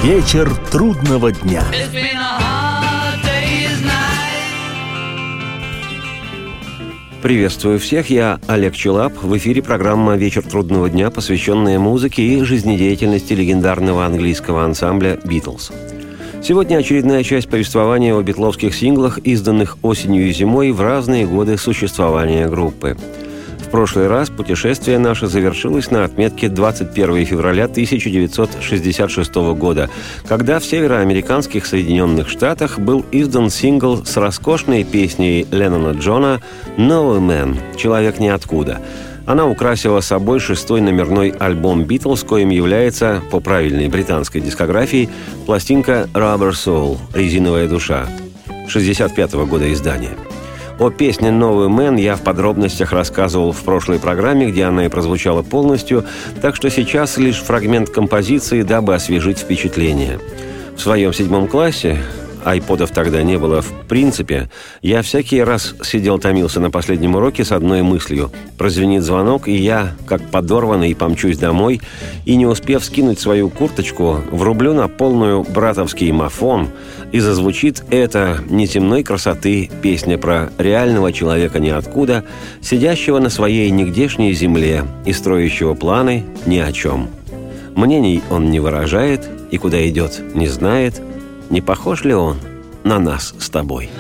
Вечер трудного дня. Приветствую всех, я Олег Челап. В эфире программа «Вечер трудного дня», посвященная музыке и жизнедеятельности легендарного английского ансамбля «Битлз». Сегодня очередная часть повествования о битловских синглах, изданных осенью и зимой в разные годы существования группы. В прошлый раз путешествие наше завершилось на отметке 21 февраля 1966 года, когда в североамериканских Соединенных Штатах был издан сингл с роскошной песней Леннона Джона «No Man» «Человек ниоткуда». Она украсила собой 6-й номерной альбом «Битлз», коим является, по правильной британской дискографии, пластинка «Rubber Soul» «Резиновая душа» 1965 года издания. О песне «Новый Мэн» я в подробностях рассказывал в прошлой программе, где она и прозвучала полностью, так что сейчас лишь фрагмент композиции, дабы освежить впечатление. В своем 7 классе, айподов тогда не было в принципе, я всякий раз сидел-томился на последнем уроке с одной мыслью. Прозвенит звонок, и я, как подорванный, помчусь домой, и, не успев скинуть свою курточку, врублю на полную братовский мафон, и зазвучит эта неземной красоты песня про реального человека ниоткуда, сидящего на своей нигдешней земле и строящего планы ни о чем. Мнений он не выражает и куда идет не знает. Не похож ли он на нас с тобой?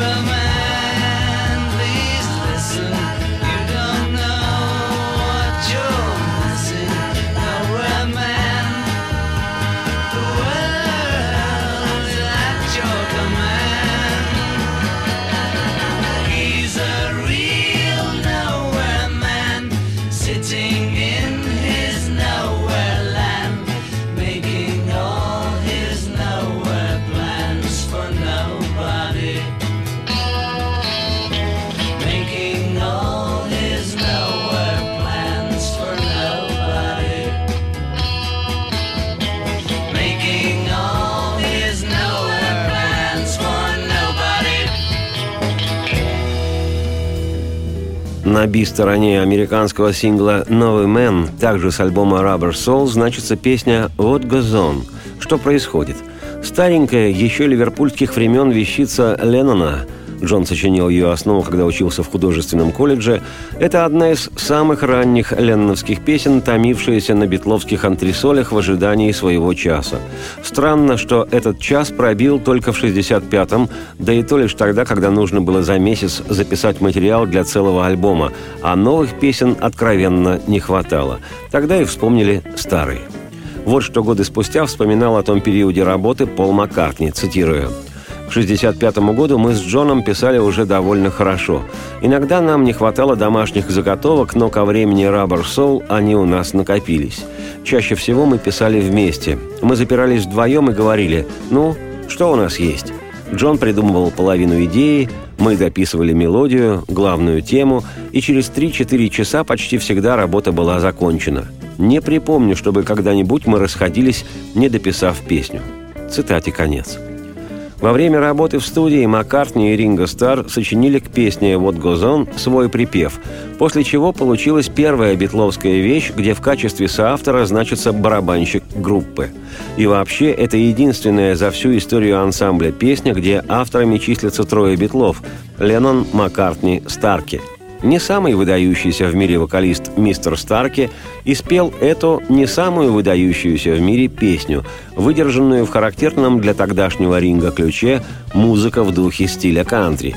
На би-стороне американского сингла «Новый Мэн», также с альбома «Rubber Soul», значится песня «What Goes On?» Что происходит? Старенькая, еще ливерпульских времен вещица Леннона, Джон сочинил ее основу, когда учился в художественном колледже, это одна из самых ранних ленноновских песен, томившаяся на битловских антресолях в ожидании своего часа. Странно, что этот час пробил только в 65-м, да и то лишь тогда, когда нужно было за месяц записать материал для целого альбома, а новых песен откровенно не хватало. Тогда и вспомнили старые. Вот что годы спустя вспоминал о том периоде работы Пол Маккартни, цитирую: «К 1965 году мы с Джоном писали уже довольно хорошо. Иногда нам не хватало домашних заготовок, но ко времени Rubber Soul они у нас накопились. Чаще всего мы писали вместе. Мы запирались вдвоем и говорили: ну, что у нас есть?» Джон придумывал половину идеи, мы дописывали мелодию, главную тему, и через 3-4 часа почти всегда работа была закончена. Не припомню, чтобы когда-нибудь мы расходились, не дописав песню. Цитате конец. Во время работы в студии Маккартни и Ринго Старр сочинили к песне «What Goes On» свой припев, после чего получилась первая битловская вещь, где в качестве соавтора значится барабанщик группы. И вообще, это единственная за всю историю ансамбля песня, где авторами числятся 3 битлов – Леннон, Маккартни, Старки. Не самый выдающийся в мире вокалист мистер Старки и спел эту не самую выдающуюся в мире песню, выдержанную в характерном для тогдашнего Ринго ключе «Музыка в духе стиля кантри».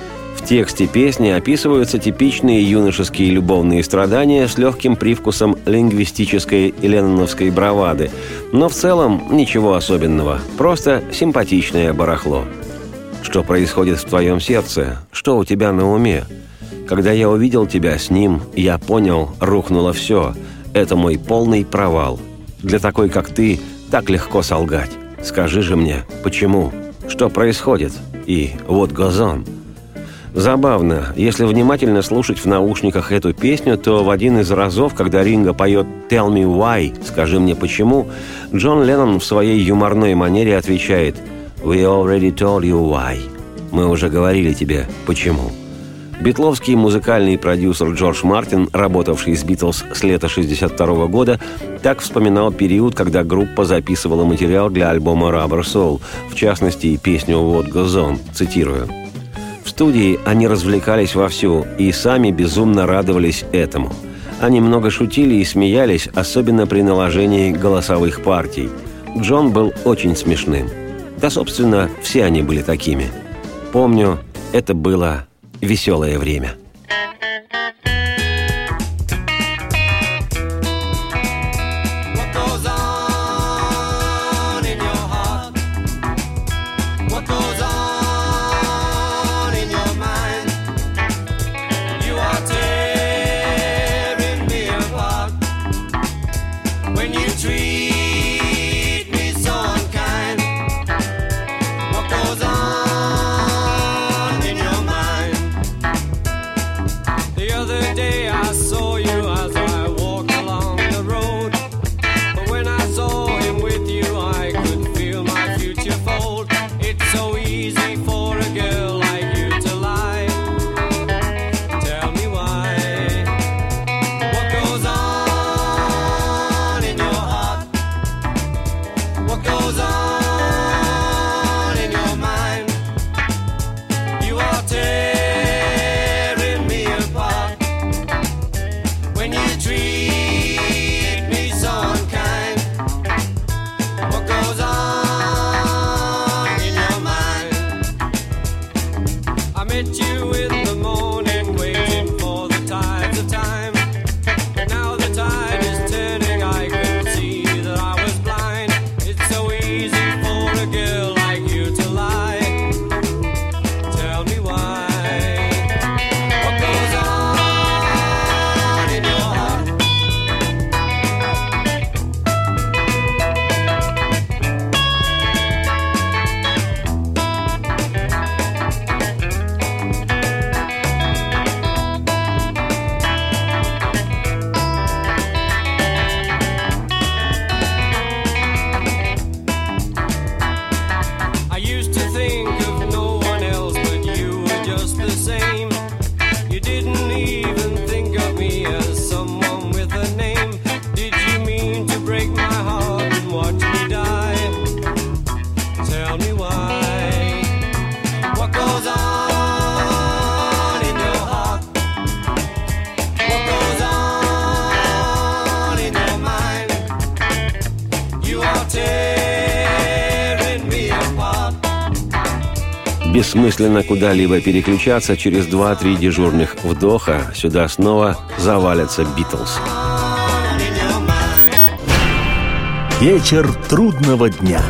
В тексте песни описываются типичные юношеские любовные страдания с легким привкусом лингвистической и ленноновской бравады, но в целом ничего особенного, просто симпатичное барахло. Что происходит в твоем сердце? Что у тебя на уме? Когда я увидел тебя с ним, я понял, рухнуло все. Это мой полный провал. Для такой, как ты, так легко солгать. Скажи же мне, почему? Что происходит? И what goes on? Забавно, если внимательно слушать в наушниках эту песню, то в один из разов, когда Ринго поет «Tell me why», «Скажи мне почему», Джон Леннон в своей юморной манере отвечает «We already told you why». Мы уже говорили тебе, почему. Битловский музыкальный продюсер Джордж Мартин, работавший с «Битлз» с лета 1962 года, так вспоминал период, когда группа записывала материал для альбома «Rubber Soul», в частности, и песню «What Goes On», цитирую. «В студии они развлекались вовсю и сами безумно радовались этому. Они много шутили и смеялись, особенно при наложении голосовых партий. Джон был очень смешным. Да, собственно, все они были такими. Помню, это было веселое время». Бессмысленно куда-либо переключаться, через 2-3 дежурных вдоха сюда снова завалятся «Битлз». Вечер трудного дня.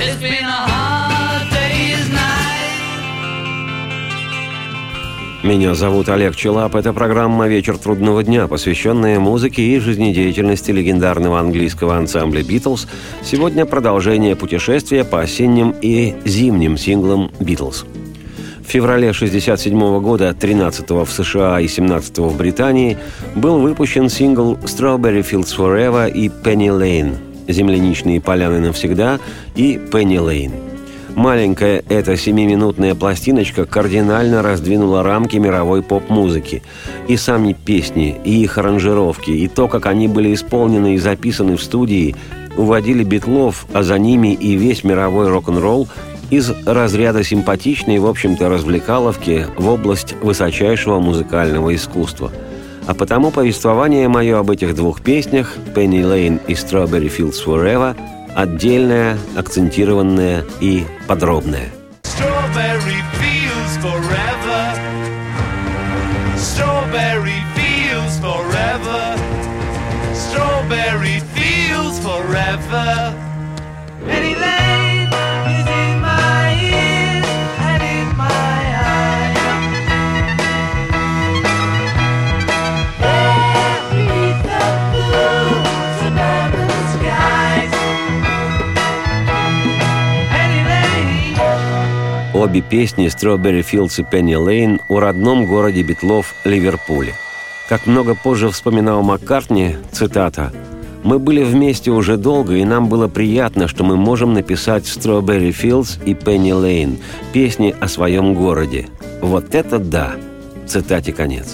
Меня зовут Олег Челап. Это программа «Вечер трудного дня», посвященная музыке и жизнедеятельности легендарного английского ансамбля «Битлз». Сегодня продолжение путешествия по осенним и зимним синглам «Битлз». В феврале 1967 года, 13-го в США и 17-го в Британии, был выпущен сингл «Strawberry Fields Forever» и «Penny Lane», «Земляничные поляны навсегда» и «Penny Lane». Маленькая эта 7-минутная пластиночка кардинально раздвинула рамки мировой поп-музыки. И сами песни, и их аранжировки, и то, как они были исполнены и записаны в студии, уводили Битлов, а за ними и весь мировой рок-н-ролл из разряда симпатичной, в общем-то, развлекаловки в область высочайшего музыкального искусства. А потому повествование мое об этих двух песнях «Penny Lane» и «Strawberry Fields Forever» отдельное, акцентированное и подробное. Strawberry fields forever. Strawberry fields forever. Strawberry fields forever. Penny Lane is in my ears and in my eyes. Beneath the blue suburban skies. Penny Lane. Обе песни «Strawberry Fields» и «Penny Lane» о родном городе Битлов Ливерпуле. Как много позже вспоминал Маккартни, цитата: «Мы были вместе уже долго, и нам было приятно, что мы можем написать «Strawberry Fields» и «Penny Lane» – песни о своем городе. Вот это да! Цитате конец.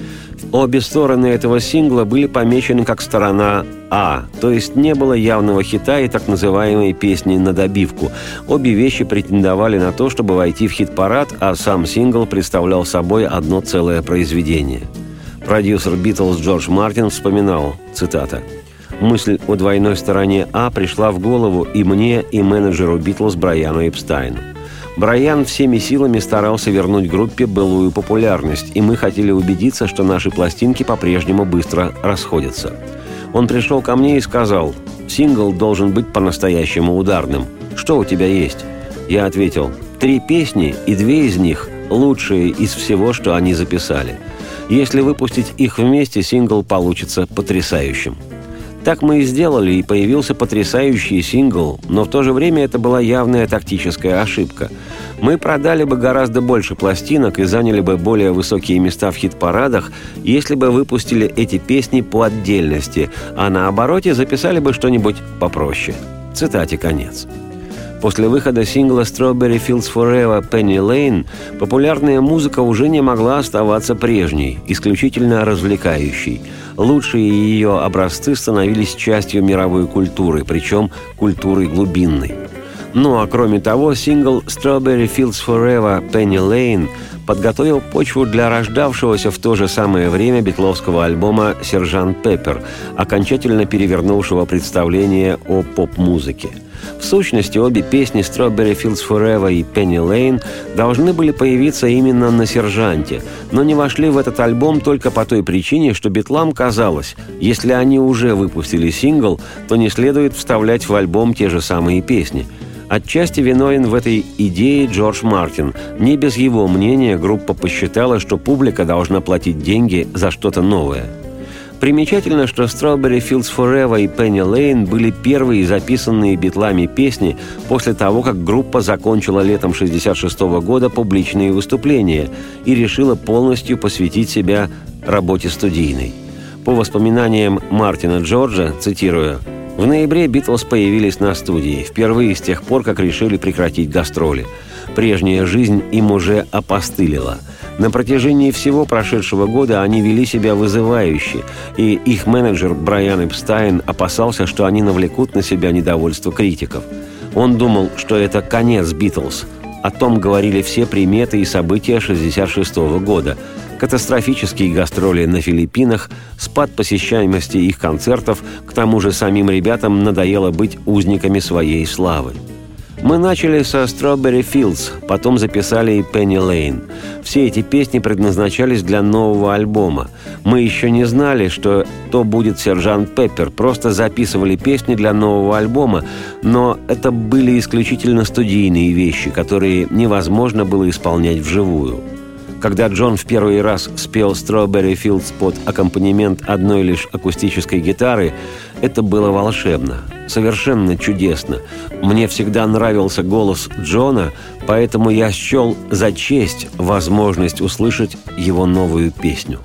Обе стороны этого сингла были помечены как сторона А, то есть не было явного хита и так называемой песни на добивку. Обе вещи претендовали на то, чтобы войти в хит-парад, а сам сингл представлял собой одно целое произведение. Продюсер «Битлз» Джордж Мартин вспоминал, цитата, «Мысль о двойной стороне А пришла в голову и мне, и менеджеру «Битлз» Брайану Эпстайну. Брайан всеми силами старался вернуть группе былую популярность, и мы хотели убедиться, что наши пластинки по-прежнему быстро расходятся. Он пришел ко мне и сказал, «Сингл должен быть по-настоящему ударным. Что у тебя есть?» Я ответил, 3 песни, и 2 из них лучшие из всего, что они записали. Если выпустить их вместе, сингл получится потрясающим». Так мы и сделали, и появился потрясающий сингл, но в то же время это была явная тактическая ошибка. Мы продали бы гораздо больше пластинок и заняли бы более высокие места в хит-парадах, если бы выпустили эти песни по отдельности, а на обороте записали бы что-нибудь попроще. Цитате конец. После выхода сингла «Strawberry Fields Forever» Penny Lane популярная музыка уже не могла оставаться прежней, исключительно развлекающей. Лучшие ее образцы становились частью мировой культуры, причем культуры глубинной. Ну а кроме того, сингл «Strawberry Fields Forever» Penny Lane подготовил почву для рождавшегося в то же самое время битловского альбома «Сержант Пеппер», окончательно перевернувшего представление о поп-музыке. В сущности, обе песни «Strawberry Fields Forever» и «Penny Lane» должны были появиться именно на «Сержанте», но не вошли в этот альбом только по той причине, что битлам казалось, если они уже выпустили сингл, то не следует вставлять в альбом те же самые песни. Отчасти виновен в этой идее Джордж Мартин. Не без его мнения группа посчитала, что публика должна платить деньги за что-то новое. Примечательно, что «Strawberry Fields Forever» и «Penny Lane» были первые записанные битлами песни после того, как группа закончила летом 1966 года публичные выступления и решила полностью посвятить себя работе студийной. По воспоминаниям Мартина Джорджа, цитирую, «В ноябре «Битлз» появились на студии, впервые с тех пор, как решили прекратить гастроли. Прежняя жизнь им уже опостылила. На протяжении всего прошедшего года они вели себя вызывающе, и их менеджер Брайан Эпстайн опасался, что они навлекут на себя недовольство критиков. Он думал, что это конец «Битлз». О том говорили все приметы и события 1966 года. Катастрофические гастроли на Филиппинах, спад посещаемости их концертов, к тому же самим ребятам надоело быть узниками своей славы. Мы начали со «Strawberry Fields», потом записали и «Penny Lane». Все эти песни предназначались для нового альбома. Мы еще не знали, что то будет «Сержант Пеппер», просто записывали песни для нового альбома, но это были исключительно студийные вещи, которые невозможно было исполнять вживую. Когда Джон в первый раз спел «Strawberry Fields» под аккомпанемент одной лишь акустической гитары, это было волшебно, совершенно чудесно. Мне всегда нравился голос Джона, поэтому я счел за честь возможность услышать его новую песню.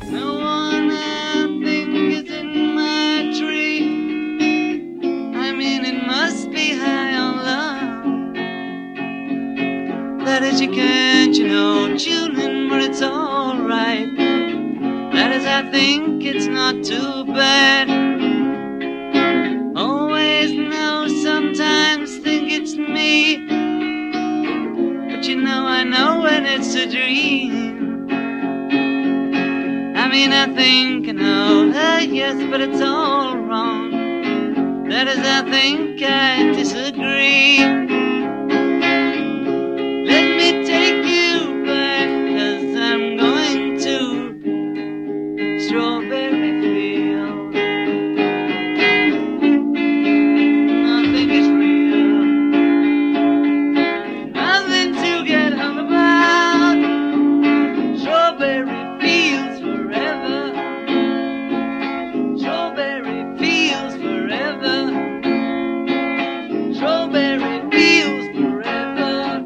It's all right. That is, I think it's not too bad. Always know, sometimes think it's me. But you know, I know when it's a dream. I mean, I think I know that, yes, but it's all wrong. That is, I think I disagree. Let me take you back, 'cause I'm going to Strawberry Fields. I think it's real. Nothing to get hung about. Strawberry Fields forever. Strawberry Fields forever. Strawberry Fields forever.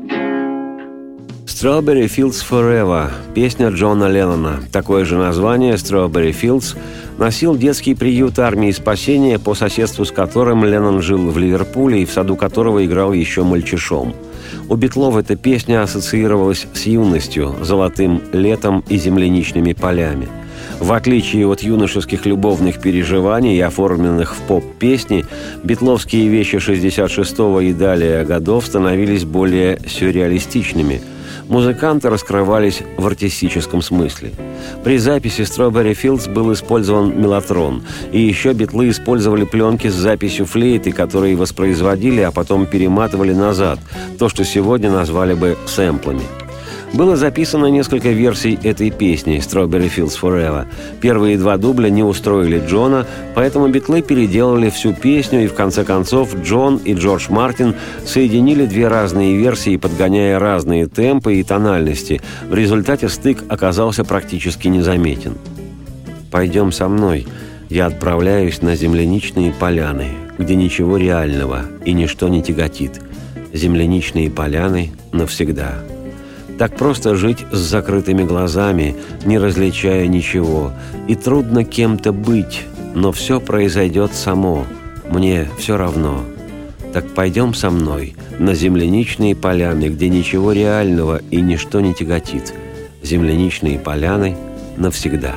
«Strawberry Fields Forever» – песня Джона Леннона. Такое же название «Strawberry Fields» носил детский приют армии спасения, по соседству с которым Леннон жил в Ливерпуле и в саду которого играл еще мальчишом. У Битлов эта песня ассоциировалась с юностью, золотым летом и земляничными полями. В отличие от юношеских любовных переживаний, оформленных в поп-песни, битловские вещи 66-го и далее годов становились более сюрреалистичными. Музыканты раскрывались в артистическом смысле. При записи «Strawberry Fields» был использован меллотрон, и еще битлы использовали пленки с записью флейты, которые воспроизводили, а потом перематывали назад, то, что сегодня назвали бы сэмплами. Было записано несколько версий этой песни «Strawberry Fields Forever». Первые два дубля не устроили Джона, поэтому битлы переделали всю песню, и в конце концов Джон и Джордж Мартин соединили две разные версии, подгоняя разные темпы и тональности. В результате стык оказался практически незаметен. «Пойдем со мной. Я отправляюсь на земляничные поляны, где ничего реального и ничто не тяготит. Земляничные поляны навсегда». Так просто жить с закрытыми глазами, не различая ничего. И трудно кем-то быть, но все произойдет само. Мне все равно. Так пойдем со мной на земляничные поляны, где ничего реального и ничто не тяготит. Земляничные поляны навсегда.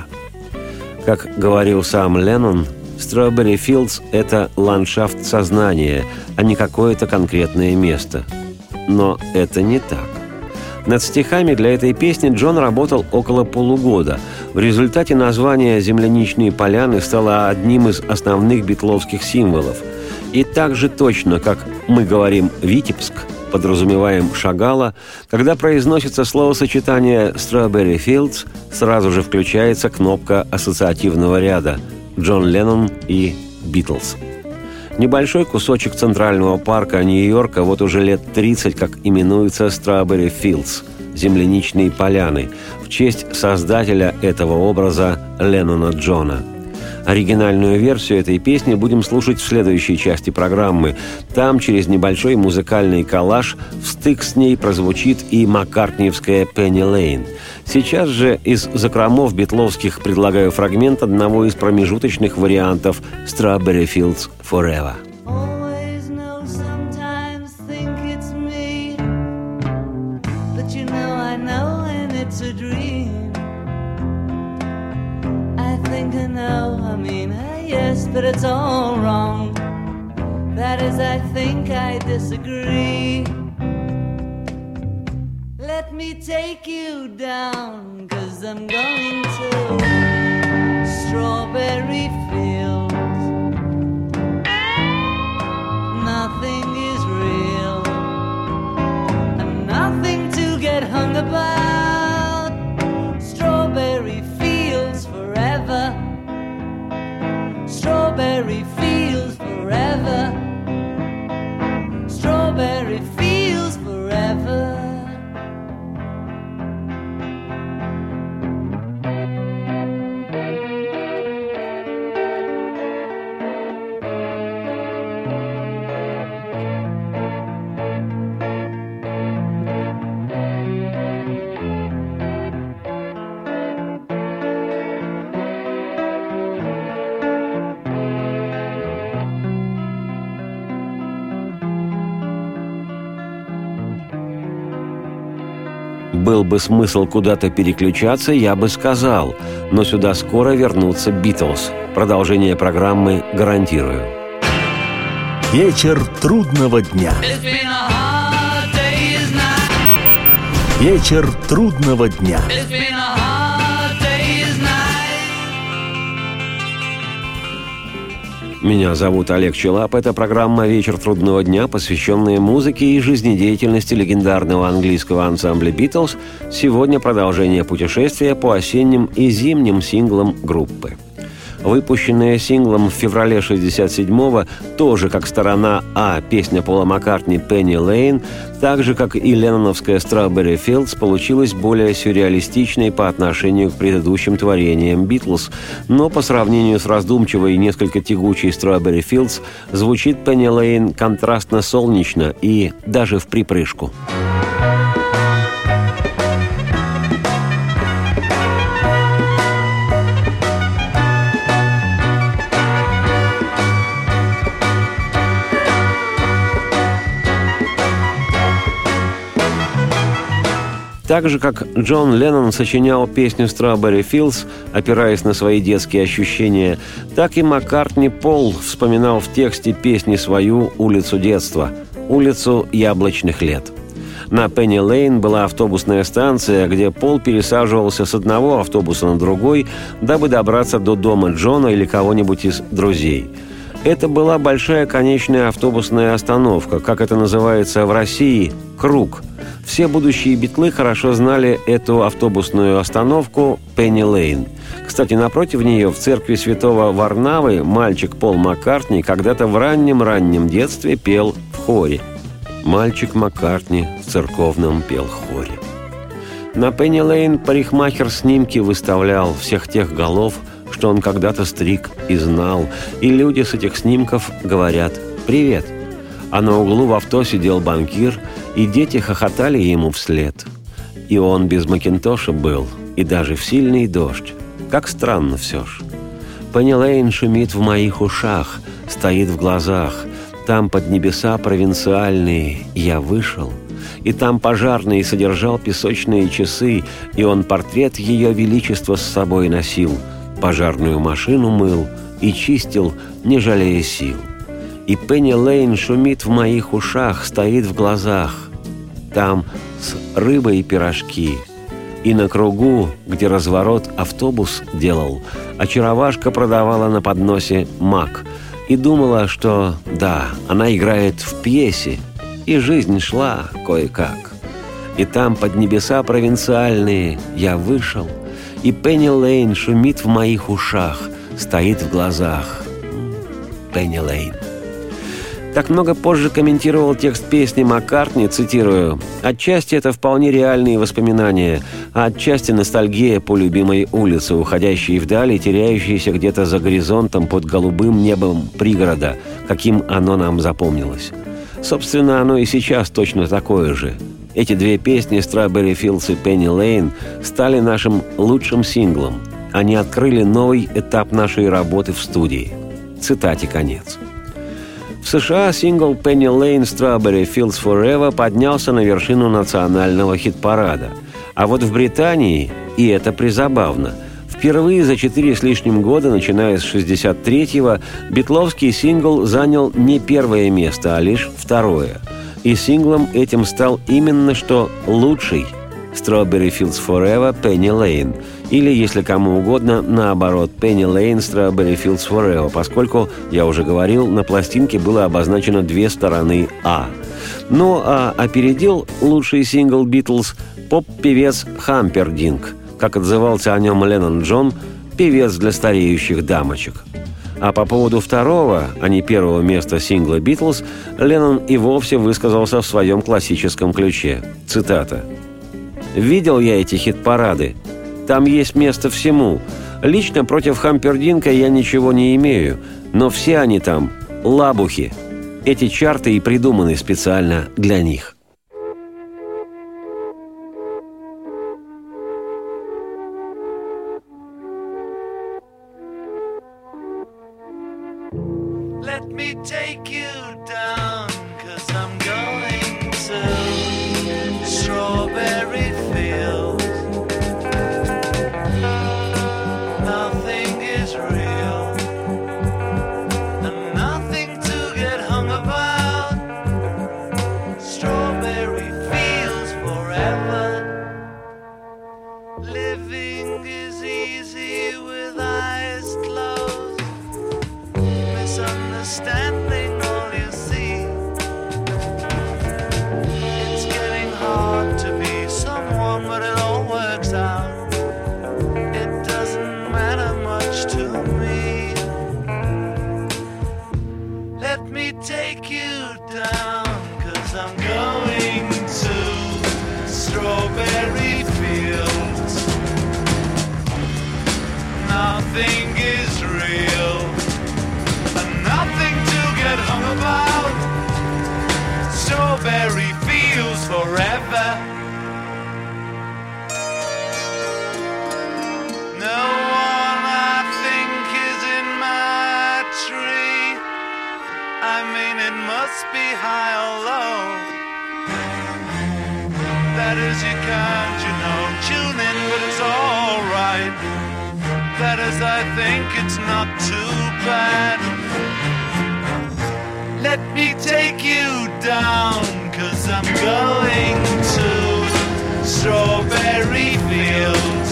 Как говорил сам Леннон, Strawberry Fields – это ландшафт сознания, а не какое-то конкретное место. Но это не так. Над стихами для этой песни Джон работал около полугода. В результате название «Земляничные поляны» стало одним из основных битловских символов. И так же точно, как мы говорим «Витебск», подразумеваем Шагала, когда произносится словосочетание «Strawberry Fields», сразу же включается кнопка ассоциативного ряда «Джон Леннон» и «Битлз». Небольшой кусочек Центрального парка Нью-Йорка вот уже лет 30 как именуется Strawberry Fields – земляничные поляны, в честь создателя этого образа Леннона Джона. Оригинальную версию этой песни будем слушать в следующей части программы. Там через небольшой музыкальный коллаж в стык с ней прозвучит и маккартниевская «Penny Lane». Сейчас же из закромов битловских предлагаю фрагмент одного из промежуточных вариантов «Strawberry Fields Forever». Yes, but it's all wrong. That is, I think I disagree. Let me take you down, 'cause I'm going to Strawberry Fields. Nothing is real and nothing to get hung about. Strawberry Fields forever. Strawberry fields forever. Strawberry fields forever. Был бы смысл куда-то переключаться, я бы сказал, но сюда скоро вернутся «Битлз». Продолжение программы гарантирую. Вечер трудного дня. Вечер трудного дня. Меня зовут Олег Челап. Это программа «Вечер трудного дня», посвященная музыке и жизнедеятельности легендарного английского ансамбля «Битлз». Сегодня продолжение путешествия по осенним и зимним синглам группы. Выпущенная синглом в феврале 1967-го, тоже как сторона А песня Пола Маккартни «Penny Lane», так же, как и ленноновская «Strawberry Fields», получилась более сюрреалистичной по отношению к предыдущим творениям «Битлз», но по сравнению с раздумчивой и несколько тягучей «Strawberry Fields» звучит «Penny Lane» контрастно-солнечно и даже в припрыжку. Так же, как Джон Леннон сочинял песню «Strawberry Fields», опираясь на свои детские ощущения, так и Маккартни Пол вспоминал в тексте песни свою улицу детства, улицу яблочных лет. На Пенни-Лейн была автобусная станция, где Пол пересаживался с одного автобуса на другой, дабы добраться до дома Джона или кого-нибудь из друзей. Это была большая конечная автобусная остановка, как это называется в России «круг». Все будущие битлы хорошо знали эту автобусную остановку Пенни-Лейн. Кстати, напротив нее, в церкви святого Варнавы, мальчик Пол Маккартни когда-то в раннем-раннем детстве пел в хоре. Мальчик Маккартни в церковном пел хоре. На Пенни-Лейн парикмахер снимки выставлял всех тех голов, что он когда-то стриг и знал, и люди с этих снимков говорят «Привет». А на углу в авто сидел банкир, и дети хохотали ему вслед. И он без макинтоша был, и даже в сильный дождь. Как странно все ж. Пенни-Лейн шумит в моих ушах, стоит в глазах. Там под небеса провинциальные я вышел, и там пожарный содержал песочные часы, и он портрет ее величества с собой носил, пожарную машину мыл и чистил, не жалея сил. И Пенни-Лейн шумит в моих ушах, стоит в глазах. Там с рыбой пирожки. И на кругу, где разворот автобус делал, очаровашка продавала на подносе мак. И думала, что, да, она играет в пьесе, и жизнь шла кое-как. И там под небеса провинциальные я вышел, и Пенни-Лейн шумит в моих ушах, стоит в глазах. Пенни-Лейн. Так много позже комментировал текст песни Маккартни, цитирую: «Отчасти это вполне реальные воспоминания, а отчасти ностальгия по любимой улице, уходящей вдаль и теряющейся где-то за горизонтом под голубым небом пригорода, каким оно нам запомнилось. Собственно, оно и сейчас точно такое же. Эти две песни «Strawberry Fields» и «Penny-Lane» стали нашим лучшим синглом. Они открыли новый этап нашей работы в студии». Цитате конец. В США сингл «Penny-Lane Strawberry Fields Forever» поднялся на вершину национального хит-парада. А вот в Британии, и это призабавно, впервые за 4 с лишним года, начиная с 63-го, битловский сингл занял не первое место, а лишь второе. И синглом этим стал именно что лучший «Strawberry Fields Forever» Penny-Lane. Или, если кому угодно, наоборот, Penny-Lane Strawberry Fields Forever, поскольку, я уже говорил, на пластинке было обозначено две стороны «А». Ну, а опередил лучший сингл «Битлз» поп-певец Хампердинк, как отзывался о нем Леннон Джон, певец для стареющих дамочек. А по поводу второго, а не первого места сингла «Битлз», Леннон и вовсе высказался в своем классическом ключе. Цитата: «Видел я эти хит-парады. Там есть место всему. Лично против Хампердинка я ничего не имею, но все они там лабухи. Эти чарты и придуманы специально для них». Let me take you down, 'cause I'm going to Strawberry Fields. Nothing is real, and nothing to get hung about. Strawberry Fields forever. Living is easy with eyes closed. Misunderstanding all you see. It's getting hard to be someone, but it all works out. It doesn't matter much to me. Let me take you down, 'cause I'm going to Strawberry Fields. Nothing is real, and nothing to get hung about. Strawberry Fields forever. No one I think is in my tree. I mean, it must be high or low. That bad as you can't, you know. Tune in, but it's alright. That is, I think it's not too bad. Let me take you down, 'cause I'm going to strawberry fields.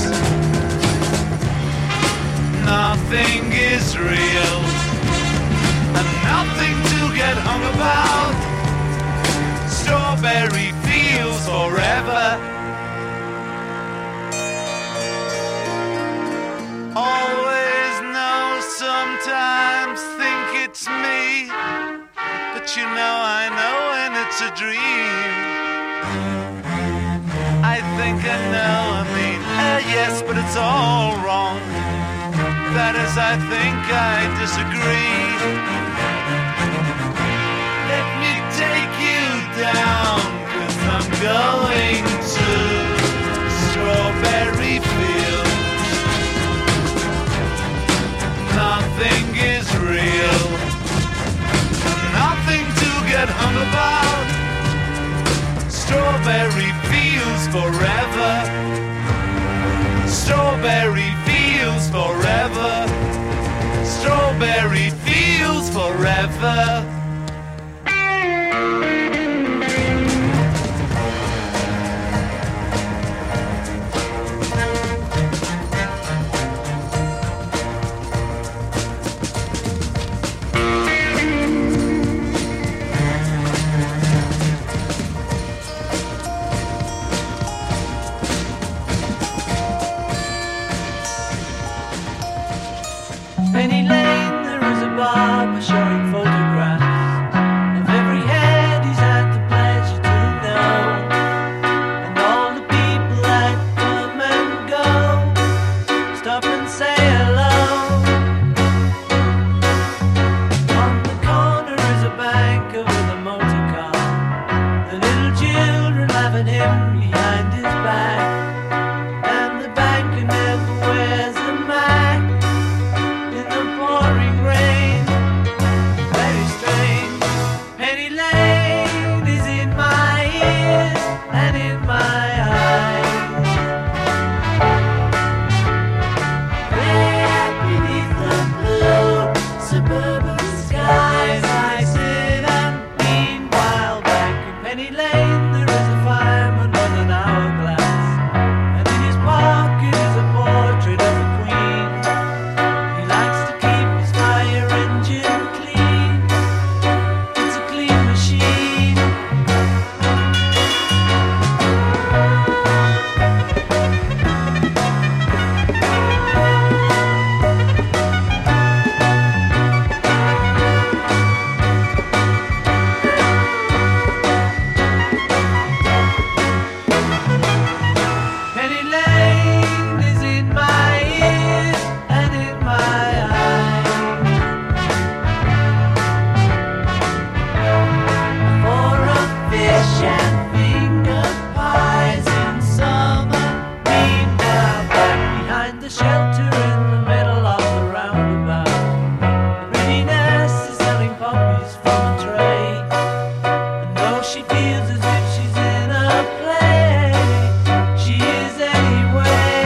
Nothing is real, and nothing to get hung about. Strawberry fields forever. Always know, sometimes think it's me, but you know I know when it's a dream. I think I know, I mean, yes, but it's all wrong. That is, I think I disagree. Let me take you down, 'cause I'm going to strawberry fields. Nothing is real, nothing to get hung about. Strawberry fields forever. Strawberry fields forever. Strawberry fields forever. Penny Lane, there is a barber showing photographs of every head he's had the pleasure to know, and all the people that come and go stop and say hello. On the corner is a banker with a motor car. The little children laugh at him behind his back, and the banker never wears a mask. Pouring rain, very strange. Penny Lane is in my ears and in my eyes. There beneath the blue suburban skies, I sit and meanwhile back in Penny Lane there is a fireman on an hourglass, and in his pocket is a portrait of a queen. He likes to keep his fire engine clean. It's a clean machine. Penny Lane is in my ears and in my eyes. For a fish and finger pies in summer. Meanwhile, back behind the shelter in the middle of the roundabout, the pretty nurse is selling poppies from a tray. And though she feels as if she's in a play, she is anyway.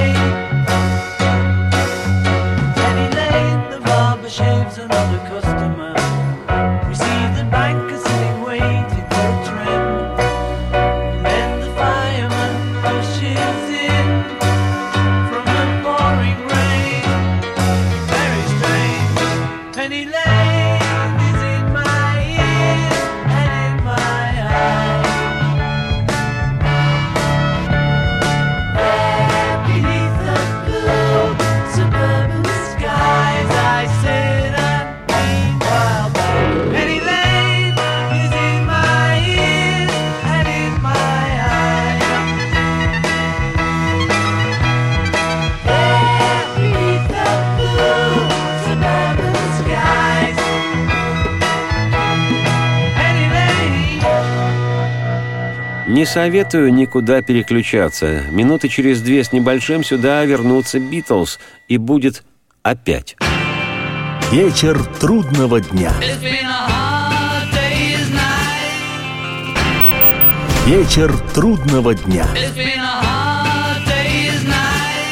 Penny Lane, the barber shaves another customer. We see the banker sitting waiting for a trim, and then the fireman rushes in from the pouring rain. Very strange. Penny Lane is in my ears and in my eyes. There beneath the blue suburban skies, I sit and meanwhile back. Penny Lane is in my ears and in my eyes. There beneath the blue suburban skies, Penny Lane. Не советую никуда переключаться. Минуты через 2 с небольшим сюда вернутся Битлз, и будет опять. Вечер трудного дня. It's been a hard day's night. Вечер трудного дня. It's been a hard day's night.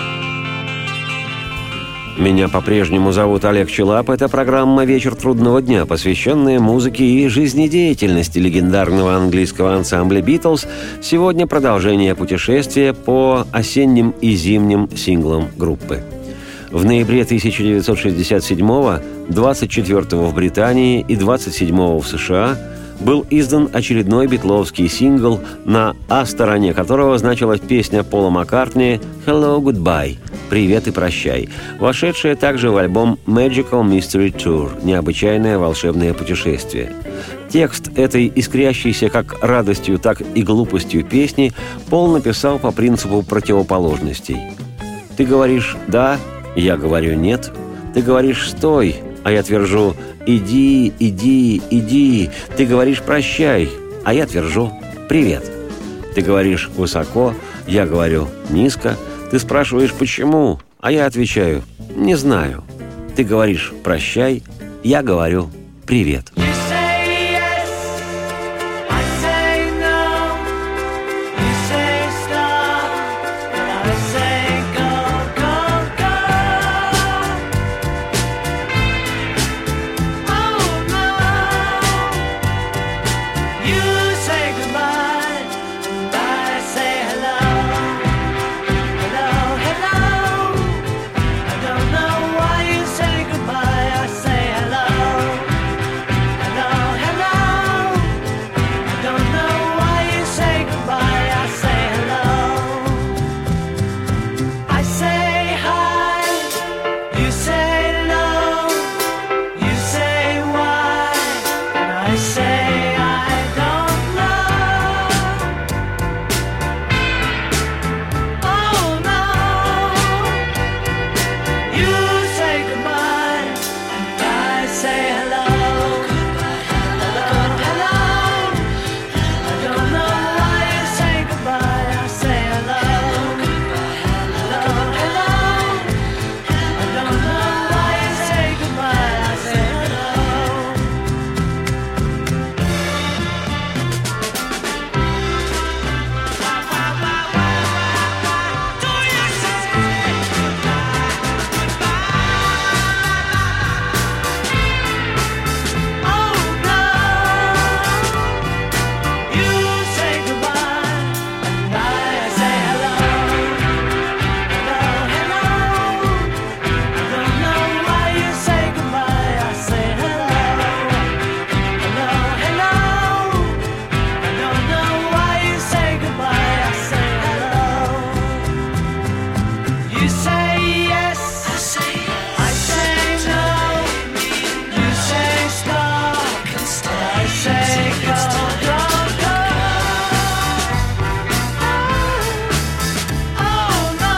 Меня по-прежнему зовут Олег Челап. Это программа «Вечер трудного дня», посвященная музыке и жизнедеятельности легендарного английского ансамбля «Битлз». Сегодня продолжение путешествия по осенним и зимним синглам группы. В ноябре 1967-го, 24-го в Британии и 27-го в США был издан очередной битловский сингл, на А-стороне которого значилась песня Пола Маккартни «Hello, Goodbye» – «Привет и прощай», вошедшая также в альбом «Magical Mystery Tour» – «Необычайное волшебное путешествие». Текст этой искрящейся как радостью, так и глупостью песни Пол написал по принципу противоположностей. «Ты говоришь «да», я говорю «нет», ты говоришь «стой», а я твержу «иди, иди, иди», ты говоришь «прощай», а я твержу «привет». Ты говоришь «высоко», я говорю «низко», ты спрашиваешь «почему», а я отвечаю «не знаю». Ты говоришь «прощай», я говорю «привет». You say yes, I say no. You say stop, and I say go, go, go. Oh no. You say goodbye, and I say hello. Hello, hello. I don't know why you say goodbye. I say hello. Hello, hello. I don't know why you say goodbye. I say hello. I say hi. You say no. You say why. And I say I don't know. Oh no. You say goodbye. And I say hello. Hello, hello. I don't know why you say goodbye. I say hello. Hello, hello. I don't know why you say goodbye. I say hello. Do you say oh no. You say goodbye, and I say hello. Hello, hello. I don't know why you say goodbye. I say hello. Hello, hello. I don't know why you say goodbye. I say hello. You say yes, I say no. You say stop, I say go, go, go. Oh no.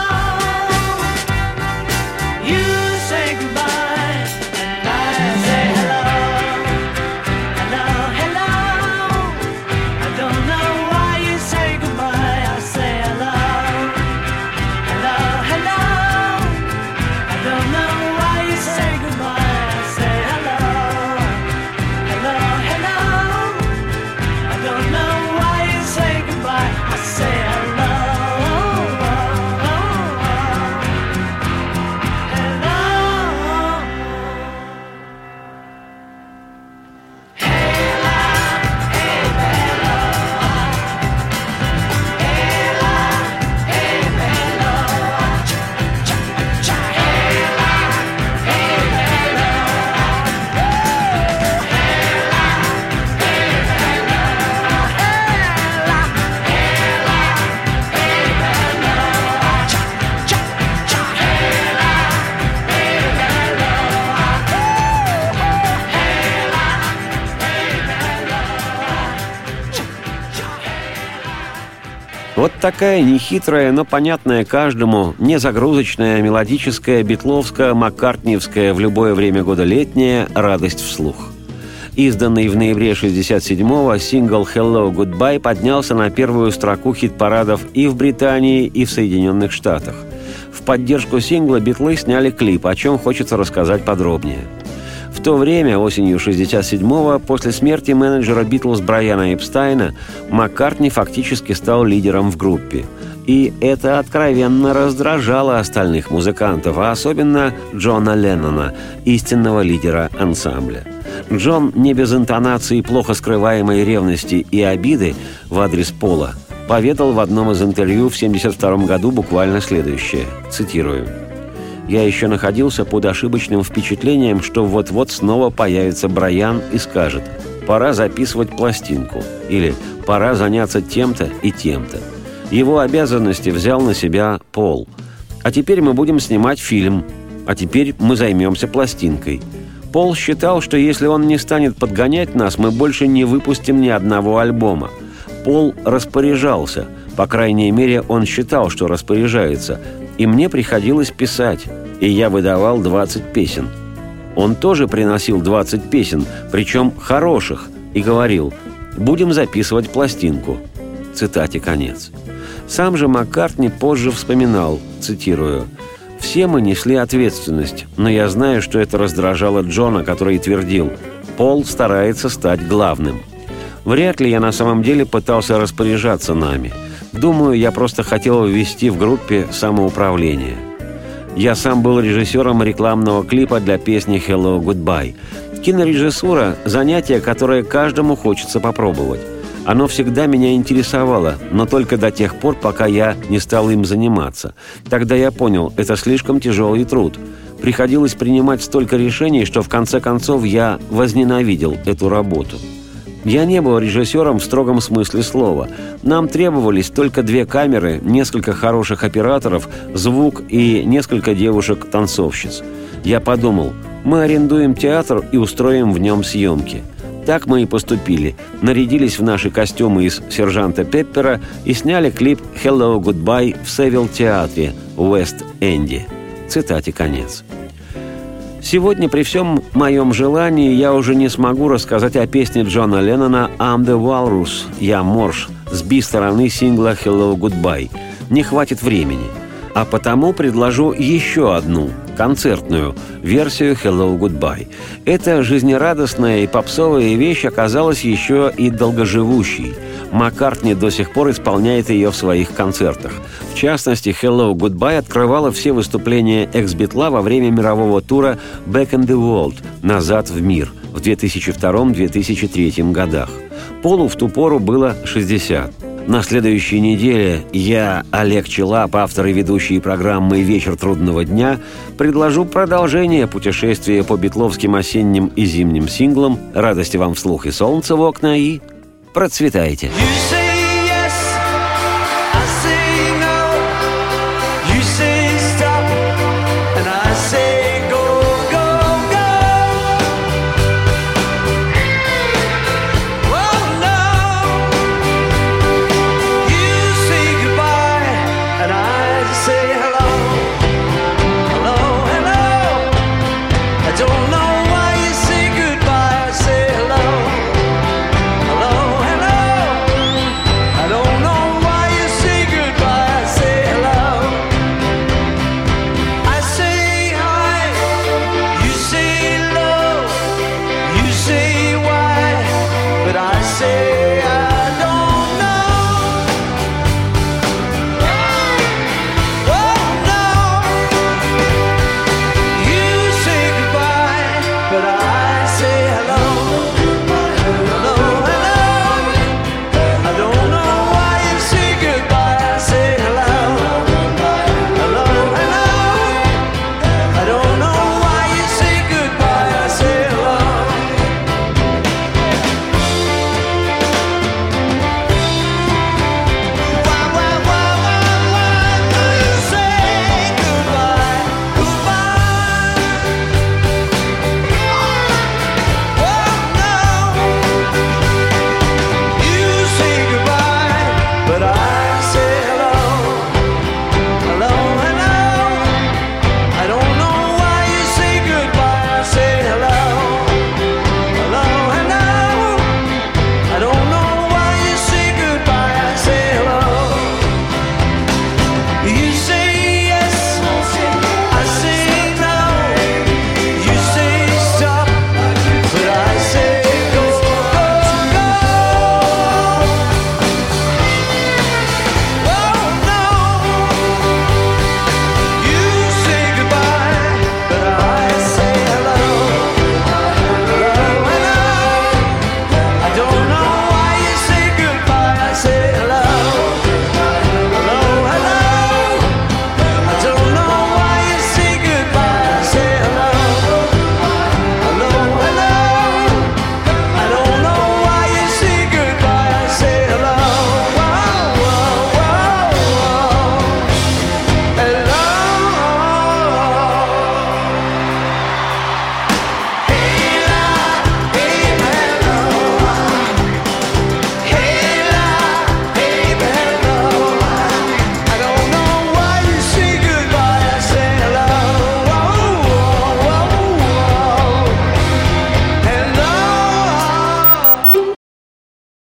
You say goodbye, and I say hello. Hello, hello. I don't know why you say goodbye. I say hello. Hello, hello. I don't know why you say goodbye. I say hello. Hello, hello. I don't know why you say goodbye. I say hello. Вот такая нехитрая, но понятная каждому, незагрузочная, мелодическая, битловская, маккартниевская в любое время года летняя радость вслух. Изданный в ноябре 1967-го сингл «Hello, Goodbye» поднялся на первую строку хит-парадов и в Британии, и в Соединенных Штатах. В поддержку сингла битлы сняли клип, о чем хочется рассказать подробнее. В то время, осенью 1967-го, после смерти менеджера «Битлз» Брайана Эпстайна, Маккартни фактически стал лидером в группе. И это откровенно раздражало остальных музыкантов, а особенно Джона Леннона, истинного лидера ансамбля. Джон, не без интонации плохо скрываемой ревности и обиды в адрес Пола, поведал в одном из интервью в 1972 году буквально следующее, цитирую: «Я еще находился под ошибочным впечатлением, что вот-вот снова появится Брайан и скажет: пора записывать пластинку» или «пора заняться тем-то и тем-то». Его обязанности взял на себя Пол. А теперь мы будем снимать фильм. А теперь мы займемся пластинкой. Пол считал, что если он не станет подгонять нас, мы больше не выпустим ни одного альбома. Пол распоряжался. По крайней мере, он считал, что распоряжается. И мне приходилось писать. И я выдавал 20 песен. Он тоже приносил 20 песен, причем хороших, и говорил: «Будем записывать пластинку». Цитате конец. Сам же Маккартни позже вспоминал, цитирую: «Все мы несли ответственность, но я знаю, что это раздражало Джона, который твердил: Пол старается стать главным. Вряд ли я на самом деле пытался распоряжаться нами. Думаю, я просто хотел ввести в группе самоуправление». Я сам был режиссером рекламного клипа для песни «Hello, Goodbye». Кинорежиссура – занятие, которое каждому хочется попробовать. Оно всегда меня интересовало, но только до тех пор, пока я не стал им заниматься. Тогда я понял, это слишком тяжелый труд. Приходилось принимать столько решений, что в конце концов я возненавидел эту работу. Я не был режиссером в строгом смысле слова. Нам требовались только 2 камеры, несколько хороших операторов, звук и несколько девушек-танцовщиц. Я подумал, мы арендуем театр и устроим в нем съемки. Так мы и поступили. Нарядились в наши костюмы из «Сержанта Пеппера» и сняли клип «Hello, Goodbye» в Севилл-театре в Уэст-Энде. Цитате конец. Сегодня, при всем моем желании, я уже не смогу рассказать о песне Джона Леннона «I'm the Walrus» «Я морж» с би-стороны сингла «Hello, Goodbye». Не хватит времени. А потому предложу еще одну, концертную, версию «Hello, Goodbye». Эта жизнерадостная и попсовая вещь оказалась еще и долгоживущей. Маккартни до сих пор исполняет ее в своих концертах. В частности, «Hello, Goodbye» открывала все выступления экс-битла во время мирового тура «Back in the World» «Назад в мир» в 2002-2003 годах. Полу в ту пору было 60. На следующей неделе я, Олег Челап, автор и ведущий программы «Вечер трудного дня», предложу продолжение путешествия по битловским осенним и зимним синглам. Радости вам вслух и солнца в окна, и процветайте! You say